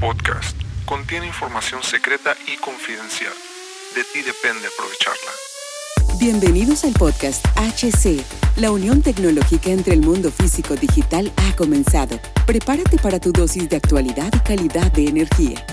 podcast contiene información secreta y confidencial. De ti depende aprovecharla. Bienvenidos al podcast HC. La unión tecnológica entre el mundo físico digital ha comenzado. Prepárate para tu dosis de actualidad y calidad de energía.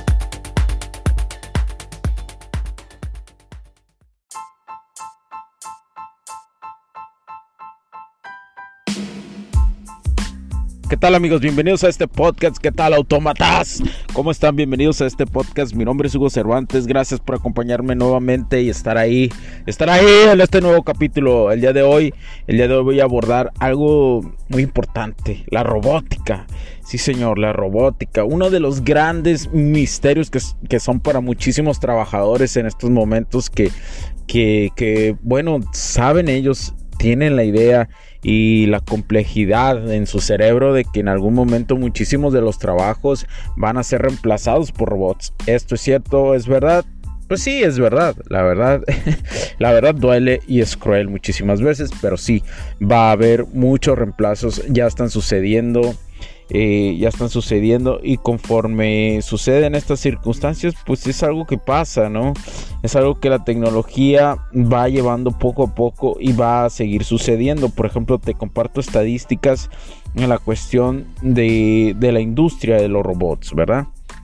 ¿Qué tal, amigos? Bienvenidos a este podcast. ¿Qué tal, autómatas? ¿Cómo están? Bienvenidos a este podcast. Mi nombre es Hugo Cervantes. Gracias por acompañarme nuevamente y estar ahí en este nuevo capítulo. El día de hoy voy a abordar algo muy importante: la robótica. Sí, señor, la robótica. Uno de los grandes misterios que son para muchísimos trabajadores en estos momentos que bueno, saben ellos, tienen la idea y la complejidad en su cerebro de que en algún momento muchísimos de los trabajos van a ser reemplazados por robots. ¿Esto es cierto? ¿Es verdad? Pues sí, es verdad. La verdad duele y es cruel muchísimas veces, pero sí, va a haber muchos reemplazos. Ya están sucediendo y conforme suceden estas circunstancias, pues es algo que pasa, ¿no? Es algo que la tecnología va llevando poco a poco y va a seguir sucediendo. Por ejemplo, te comparto estadísticas en la cuestión de la industria de los robots, ¿verdad?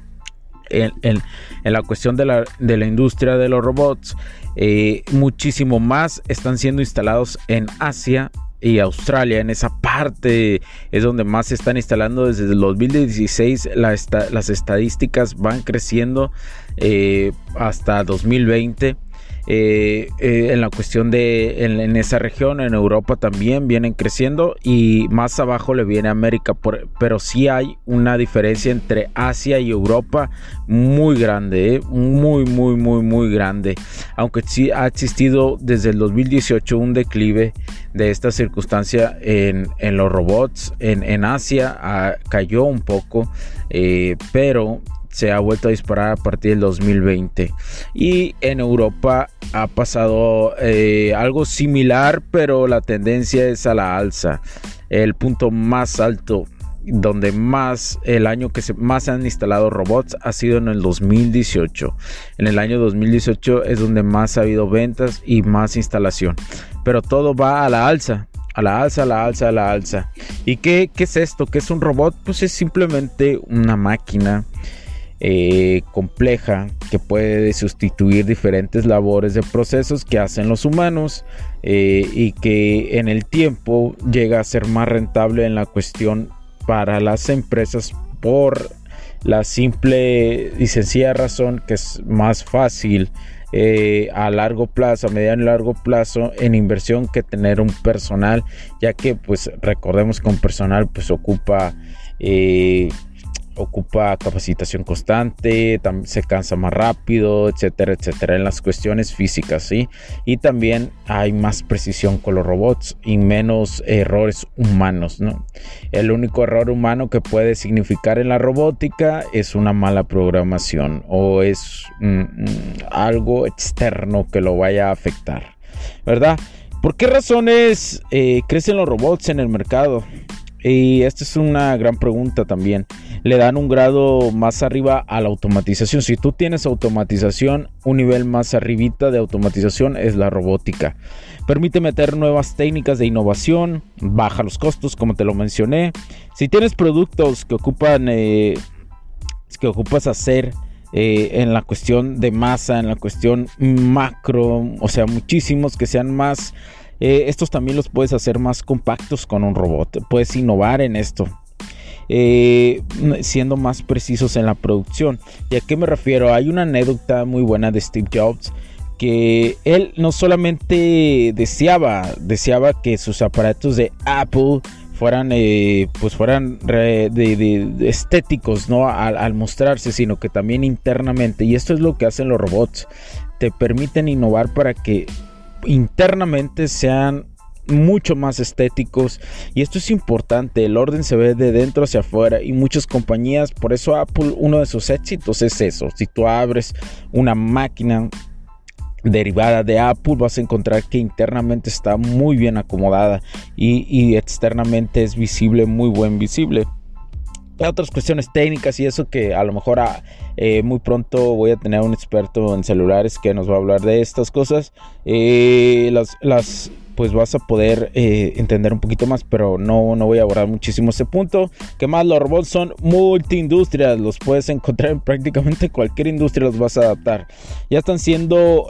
En la cuestión de la industria de los robots, muchísimo más están siendo instalados en Asia y Australia. En esa parte es donde más se están instalando. Desde el 2016 las estadísticas van creciendo hasta 2020. En la cuestión en esa región, en Europa también vienen creciendo, y más abajo le viene América, pero sí hay una diferencia entre Asia y Europa muy grande, muy grande, aunque sí ha existido desde el 2018 un declive de esta circunstancia en los robots. En Asia cayó un poco, pero se ha vuelto a disparar a partir del 2020, y en Europa ha pasado algo similar, pero la tendencia es a la alza. El punto más alto, donde el año que más se han instalado robots, ha sido en el 2018. En el año 2018 es donde más ha habido ventas y más instalación, pero todo va a la alza. A la alza. ¿Y qué es esto? ¿Qué es un robot? Pues es simplemente una máquina compleja que puede sustituir diferentes labores de procesos que hacen los humanos, y que en el tiempo llega a ser más rentable en la cuestión para las empresas, por la simple y sencilla razón que es más fácil a largo plazo, a mediano y largo plazo en inversión, que tener un personal, ya que pues recordemos que un personal pues ocupa capacitación constante, se cansa más rápido, etcétera, en las cuestiones físicas, ¿sí? Y también hay más precisión con los robots y menos errores humanos, ¿no? El único error humano que puede significar en la robótica es una mala programación, o es algo externo que lo vaya a afectar, ¿verdad? ¿Por qué razones crecen los robots en el mercado? Y esta es una gran pregunta también. Le dan un grado más arriba a la automatización. Si tú tienes automatización, un nivel más arribita de automatización es la robótica. Permite meter nuevas técnicas de innovación, baja los costos, como te lo mencioné. Si tienes productos que ocupas hacer en la cuestión de masa, en la cuestión macro, o sea, muchísimos que sean más, estos también los puedes hacer más compactos con un robot. Puedes innovar en esto, siendo más precisos en la producción. ¿Y a qué me refiero? Hay una anécdota muy buena de Steve Jobs, que él no solamente deseaba que sus aparatos de Apple fueran estéticos, ¿no? al mostrarse, sino que también internamente. Y esto es lo que hacen los robots: te permiten innovar para que internamente sean mucho más estéticos. Y esto es importante: el orden se ve de dentro hacia afuera, y muchas compañías, por eso Apple, uno de sus éxitos es eso. Si tú abres una máquina derivada de Apple, vas a encontrar que internamente está muy bien acomodada y externamente es visible, muy buen visible. otras cuestiones técnicas y eso que a lo mejor muy pronto voy a tener un experto en celulares que nos va a hablar de estas cosas. Pues vas a poder entender un poquito más, pero no voy a abordar muchísimo ese punto. Que más, los robots son multiindustrias, los puedes encontrar en prácticamente cualquier industria, los vas a adaptar. Ya están siendo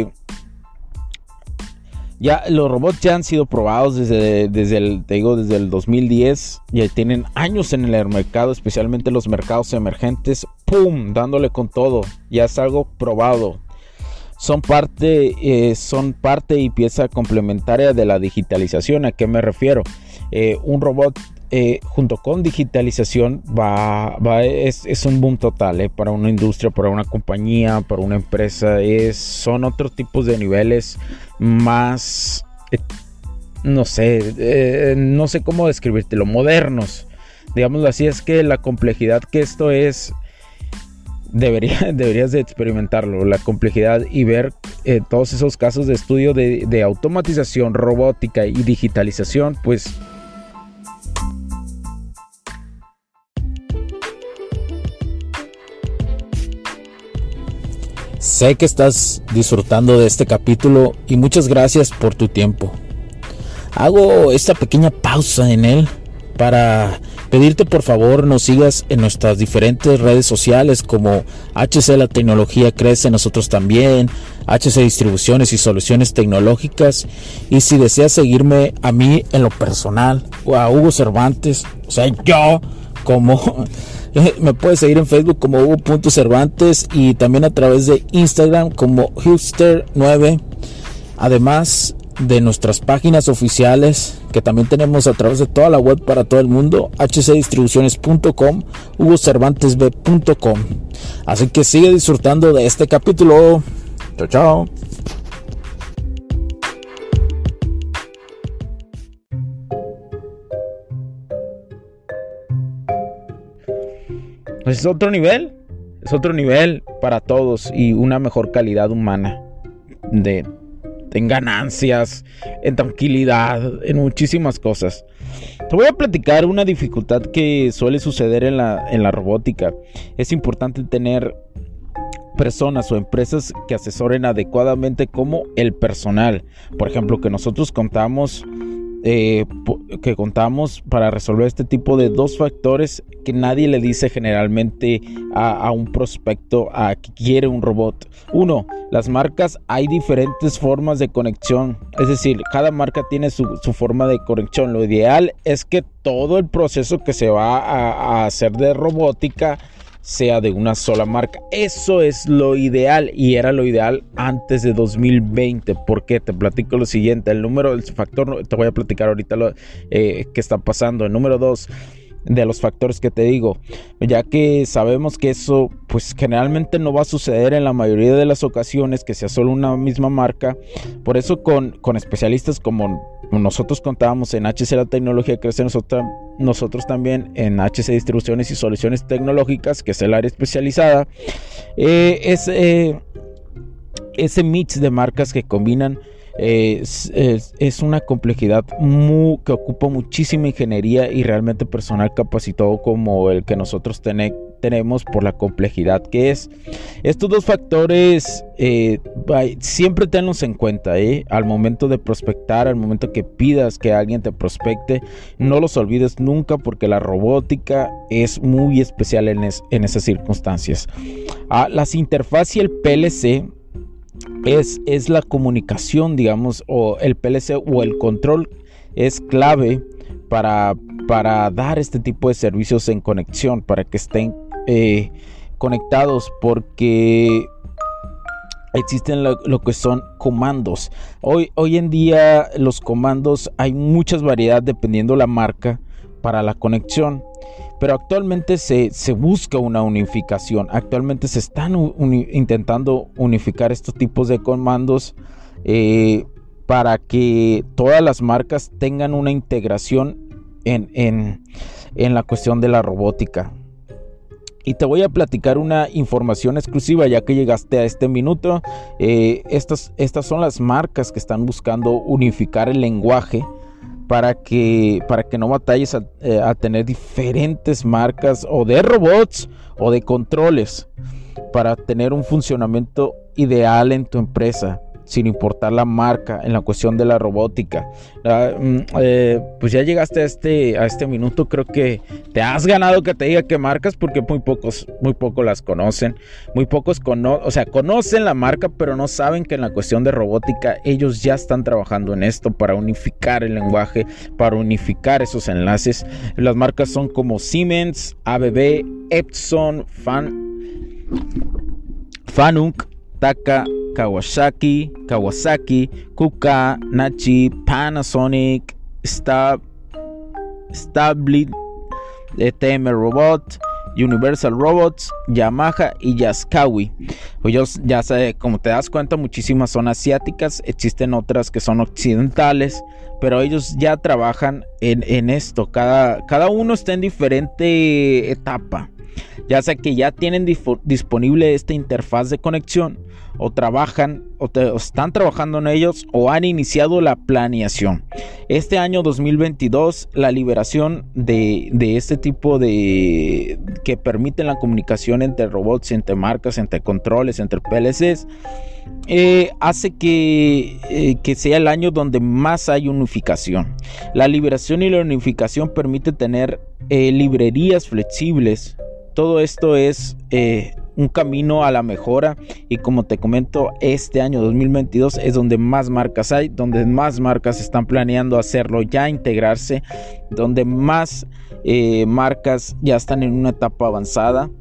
los robots ya han sido probados desde el 2010. Ya tienen años en el mercado, especialmente los mercados emergentes. ¡Pum! Dándole con todo. Ya es algo probado. Son parte y pieza complementaria de la digitalización. ¿A qué me refiero? Un robot junto con digitalización es un boom total para una industria, para una compañía, para una empresa. Son otros tipos de niveles más, no sé cómo describírtelo, modernos, digámoslo así. Es que la complejidad que esto es, deberías de experimentarlo, la complejidad, y ver todos esos casos de estudio de automatización, robótica y digitalización. Pues sé que estás disfrutando de este capítulo y muchas gracias por tu tiempo. Hago esta pequeña pausa en él para pedirte por favor nos sigas en nuestras diferentes redes sociales como HC La Tecnología Crece, nosotros también, HC Distribuciones y Soluciones Tecnológicas. Y si deseas seguirme a mí en lo personal o a Hugo Cervantes, o sea yo, como me puedes seguir en Facebook como Hugo.Cervantes y también a través de Instagram como Hipster9, además de nuestras páginas oficiales que también tenemos a través de toda la web para todo el mundo, hcdistribuciones.com, hugocervantesb.com. Así que sigue disfrutando de este capítulo. Chao, chao. Es otro nivel para todos y una mejor calidad humana en ganancias, en tranquilidad, en muchísimas cosas. Te voy a platicar una dificultad que suele suceder en la robótica. Es importante tener personas o empresas que asesoren adecuadamente como el personal. Por ejemplo, que nosotros contamos para resolver este tipo de dos factores que nadie le dice generalmente a un prospecto que quiere un robot. Uno, las marcas, hay diferentes formas de conexión, es decir, cada marca tiene su forma de conexión. Lo ideal es que todo el proceso que se va a hacer de robótica sea de una sola marca. Eso es lo ideal y era lo ideal antes de 2020. ¿Por qué? Te platico lo siguiente. El factor, te voy a platicar ahorita qué está pasando. El número 2 de los factores que te digo, ya que sabemos que eso pues generalmente no va a suceder en la mayoría de las ocasiones, que sea solo una misma marca. Por eso con especialistas como nosotros contábamos en HC La Tecnología Crece, nosotros también en HC Distribuciones y Soluciones Tecnológicas, que es el área especializada, ese mix de marcas que combinan es una complejidad que ocupa muchísima ingeniería y realmente personal capacitado como el que nosotros tenemos por la complejidad que es. Estos dos factores siempre tenlos en cuenta al momento de prospectar, al momento que pidas que alguien te prospecte. No los olvides nunca, porque la robótica es muy especial en esas circunstancias. Las interfaces y el PLC es la comunicación, digamos, o el PLC o el control es clave para dar este tipo de servicios en conexión, para que estén conectados, porque existen lo que son comandos. Hoy en día los comandos hay muchas variedades dependiendo la marca para la conexión, pero actualmente se busca una unificación. Actualmente se están intentando unificar estos tipos de comandos para que todas las marcas tengan una integración en la cuestión de la robótica. Y te voy a platicar una información exclusiva, ya que llegaste a este minuto. Estas son las marcas que están buscando unificar el lenguaje para que no batalles a tener diferentes marcas o de robots o de controles para tener un funcionamiento ideal en tu empresa, sin importar la marca, en la cuestión de la robótica. Pues ya llegaste a este minuto. Creo que te has ganado que te diga qué marcas, porque muy pocos las conocen. Muy pocos conocen la marca, pero no saben que en la cuestión de robótica ellos ya están trabajando en esto para unificar el lenguaje, para unificar esos enlaces. Las marcas son como Siemens, ABB, Epson, Fanuc, Taka, Kawasaki, Kuka, Nachi, Panasonic, Stablit, ETM Robot, Universal Robots, Yamaha y Yaskawi. Pues ya sé, como te das cuenta, muchísimas son asiáticas, existen otras que son occidentales, pero ellos ya trabajan en esto. Cada uno está en diferente etapa, ya sea que ya tienen disponible esta interfaz de conexión, o trabajan o están trabajando en ellos, o han iniciado la planeación. Este año 2022, la liberación de este tipo de que permiten la comunicación entre robots, entre marcas, entre controles, entre PLCs, hace que sea el año donde más hay unificación. La liberación y la unificación permite tener librerías flexibles. Todo esto es un camino a la mejora, y como te comento, este año 2022 es donde más marcas hay, donde más marcas están planeando hacerlo, ya integrarse, donde más marcas ya están en una etapa avanzada.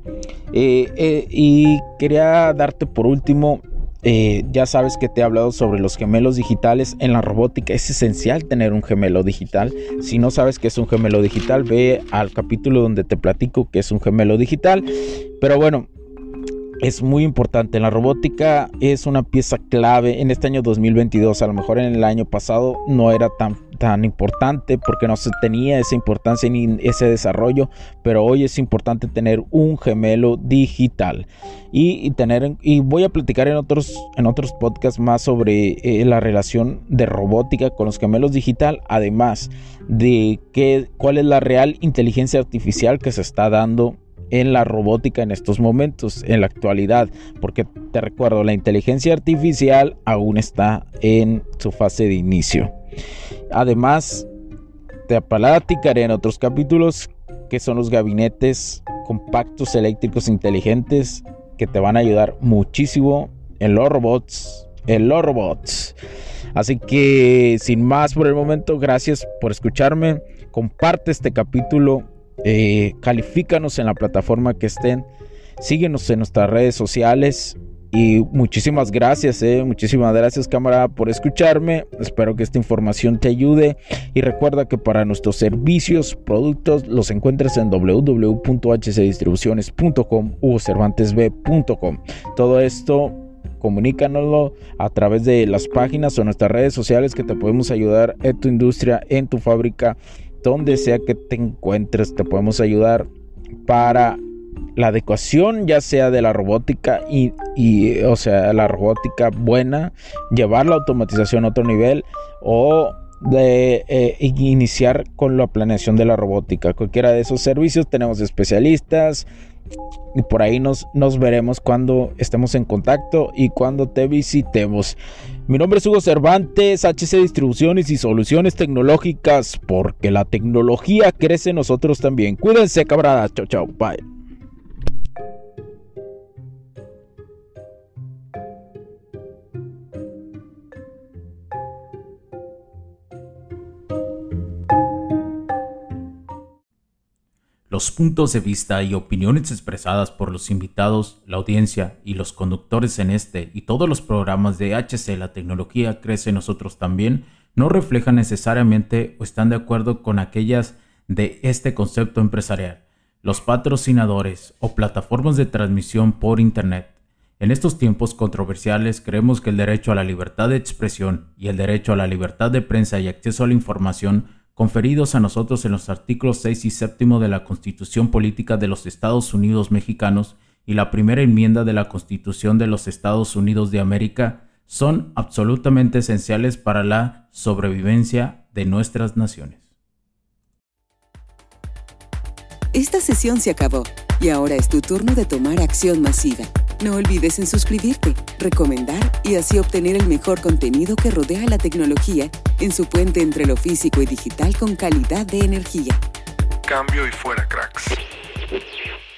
Y quería darte por último, ya sabes que te he hablado sobre los gemelos digitales. En la robótica es esencial tener un gemelo digital. Si no sabes qué es un gemelo digital, ve al capítulo donde te platico qué es un gemelo digital. Pero bueno, es muy importante. En la robótica es una pieza clave en este año 2022. A lo mejor en el año pasado no era tan importante porque no se tenía esa importancia ni ese desarrollo, pero hoy es importante tener un gemelo digital y voy a platicar en otros podcasts más sobre la relación de robótica con los gemelos digital, además de cuál es la real inteligencia artificial que se está dando en la robótica en estos momentos, en la actualidad, porque te recuerdo, la inteligencia artificial aún está en su fase de inicio. Además, te platicaré en otros capítulos qué son los gabinetes compactos eléctricos inteligentes que te van a ayudar muchísimo en los robots. Así que sin más por el momento, gracias por escucharme. Comparte este capítulo. Califícanos en la plataforma que estén, síguenos en nuestras redes sociales y muchísimas gracias, cámara, por escucharme. Espero que esta información te ayude y recuerda que para nuestros servicios, productos, los encuentras en www.hcdistribuciones.com u cervantesb.com. Todo esto comunícanoslo a través de las páginas o nuestras redes sociales, que te podemos ayudar en tu industria, en tu fábrica, donde sea que te encuentres. Te podemos ayudar para la adecuación, ya sea de la robótica o sea, la robótica buena, llevar la automatización a otro nivel, o de iniciar con la planeación de la robótica. Cualquiera de esos servicios tenemos especialistas, y por ahí nos veremos cuando estemos en contacto y cuando te visitemos. Mi nombre es Hugo Cervantes, HC Distribuciones y Soluciones Tecnológicas, porque la tecnología crece en nosotros también. Cuídense, camaradas. Chao, bye. Los puntos de vista y opiniones expresadas por los invitados, la audiencia y los conductores en este y todos los programas de HC La Tecnología Crece en Nosotros También no reflejan necesariamente o están de acuerdo con aquellas de este concepto empresarial, los patrocinadores o plataformas de transmisión por Internet. En estos tiempos controversiales, creemos que el derecho a la libertad de expresión y el derecho a la libertad de prensa y acceso a la información conferidos a nosotros en los artículos 6 y 7 de la Constitución Política de los Estados Unidos Mexicanos y la primera enmienda de la Constitución de los Estados Unidos de América son absolutamente esenciales para la sobrevivencia de de nuestras naciones. Esta sesión se acabó y ahora es tu turno de tomar acción masiva. No olvides en suscribirte, recomendar y así obtener el mejor contenido que rodea la tecnología en su puente entre lo físico y digital con calidad de energía. Cambio y fuera, cracks.